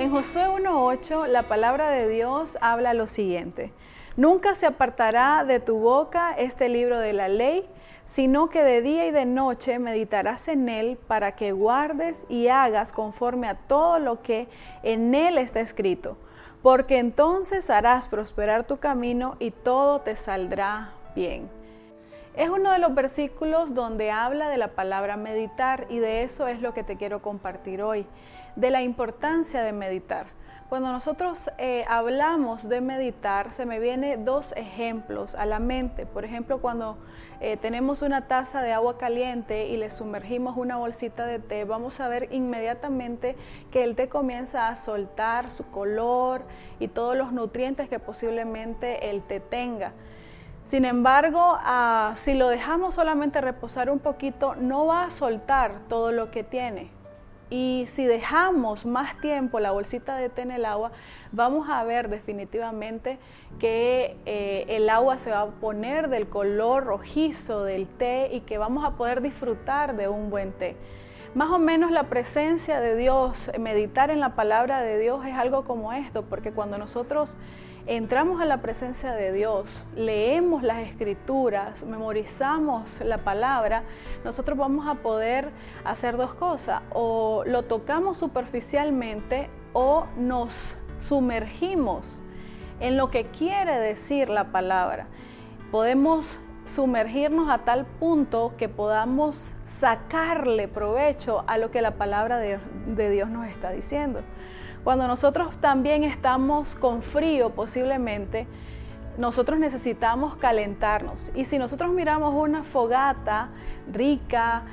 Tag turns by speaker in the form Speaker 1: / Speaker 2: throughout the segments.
Speaker 1: En Josué 1:8 la palabra de Dios habla lo siguiente: nunca se apartará de tu boca este libro de la ley, sino que de día y de noche meditarás en él para que guardes y hagas conforme a todo lo que en él está escrito, porque entonces harás prosperar tu camino y todo te saldrá bien. Es uno de los versículos donde habla de la palabra meditar, y de eso es lo que te quiero compartir hoy, de la importancia de meditar. Cuando nosotros hablamos de meditar, se me vienen dos ejemplos a la mente. Por ejemplo, cuando tenemos una taza de agua caliente y le sumergimos una bolsita de té, vamos a ver inmediatamente que el té comienza a soltar su color y todos los nutrientes que posiblemente el té tenga. Sin embargo, si lo dejamos solamente reposar un poquito, no va a soltar todo lo que tiene. Y si dejamos más tiempo la bolsita de té en el agua, vamos a ver definitivamente que el agua se va a poner del color rojizo del té y que vamos a poder disfrutar de un buen té. Más o menos la presencia de Dios, meditar en la palabra de Dios es algo como esto, porque cuando nosotros entramos a la presencia de Dios, leemos las escrituras, memorizamos la palabra, nosotros vamos a poder hacer dos cosas: o lo tocamos superficialmente o nos sumergimos en lo que quiere decir la palabra. Podemos sumergirnos a tal punto que podamos sacarle provecho a lo que la palabra de Dios nos está diciendo. Cuando nosotros también estamos con frío, posiblemente, nosotros necesitamos calentarnos. Y si nosotros miramos una fogata rica,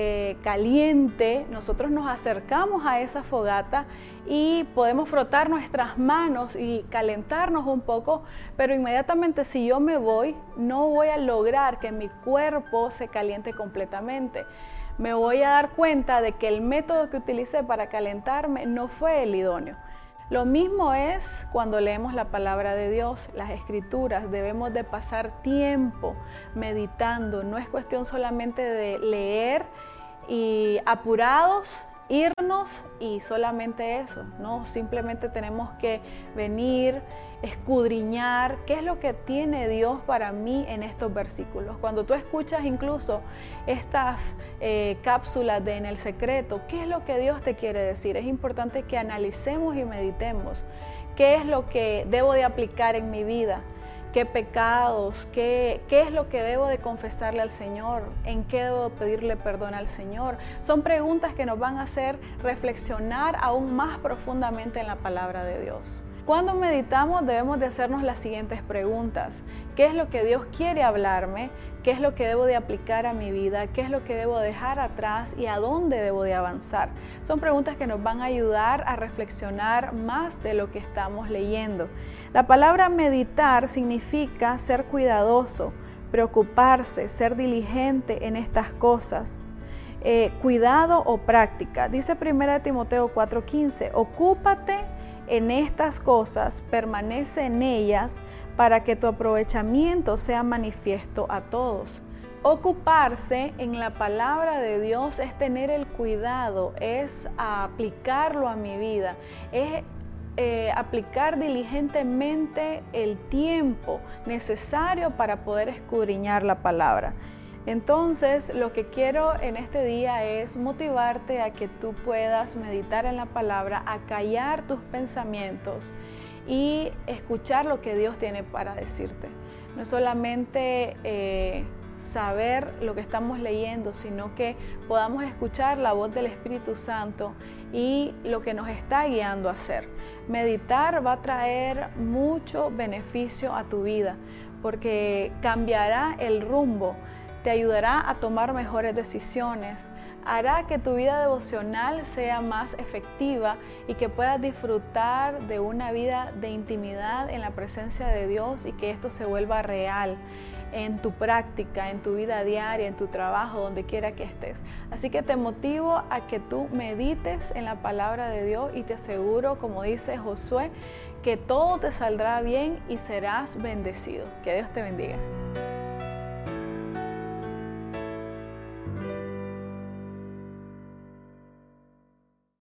Speaker 1: caliente, nosotros nos acercamos a esa fogata y podemos frotar nuestras manos y calentarnos un poco, pero inmediatamente si yo me voy, no voy a lograr que mi cuerpo se caliente completamente. Me voy a dar cuenta de que el método que utilicé para calentarme no fue el idóneo. Lo mismo es cuando leemos la palabra de Dios, las escrituras. Debemos de pasar tiempo meditando. No es cuestión solamente de leer y apurados irnos y solamente eso, no, simplemente tenemos que venir, escudriñar qué es lo que tiene Dios para mí en estos versículos. Cuando tú escuchas incluso estas cápsulas de En el Secreto, ¿qué es lo que Dios te quiere decir? Es importante que analicemos y meditemos qué es lo que debo de aplicar en mi vida. ¿Qué pecados? ¿Qué es lo que debo de confesarle al Señor? ¿En qué debo pedirle perdón al Señor? Son preguntas que nos van a hacer reflexionar aún más profundamente en la palabra de Dios. Cuando meditamos debemos de hacernos las siguientes preguntas: ¿qué es lo que Dios quiere hablarme? ¿Qué es lo que debo de aplicar a mi vida? ¿Qué es lo que debo dejar atrás? ¿Y a dónde debo de avanzar? Son preguntas que nos van a ayudar a reflexionar más de lo que estamos leyendo. La palabra meditar significa ser cuidadoso, preocuparse, ser diligente en estas cosas. Cuidado o práctica. Dice 1 Timoteo 4:15, ocúpate en estas cosas, permanece en ellas, para que tu aprovechamiento sea manifiesto a todos. Ocuparse en la palabra de Dios es tener el cuidado, es aplicarlo a mi vida, es aplicar diligentemente el tiempo necesario para poder escudriñar la palabra. Entonces, lo que quiero en este día es motivarte a que tú puedas meditar en la palabra, a callar tus pensamientos y escuchar lo que Dios tiene para decirte. No es solamente saber lo que estamos leyendo, sino que podamos escuchar la voz del Espíritu Santo y lo que nos está guiando a hacer. Meditar va a traer mucho beneficio a tu vida, porque cambiará el rumbo, te ayudará a tomar mejores decisiones, hará que tu vida devocional sea más efectiva y que puedas disfrutar de una vida de intimidad en la presencia de Dios, y que esto se vuelva real en tu práctica, en tu vida diaria, en tu trabajo, donde quiera que estés. Así que te motivo a que tú medites en la palabra de Dios, y te aseguro, como dice Josué, que todo te saldrá bien y serás bendecido. Que Dios te bendiga.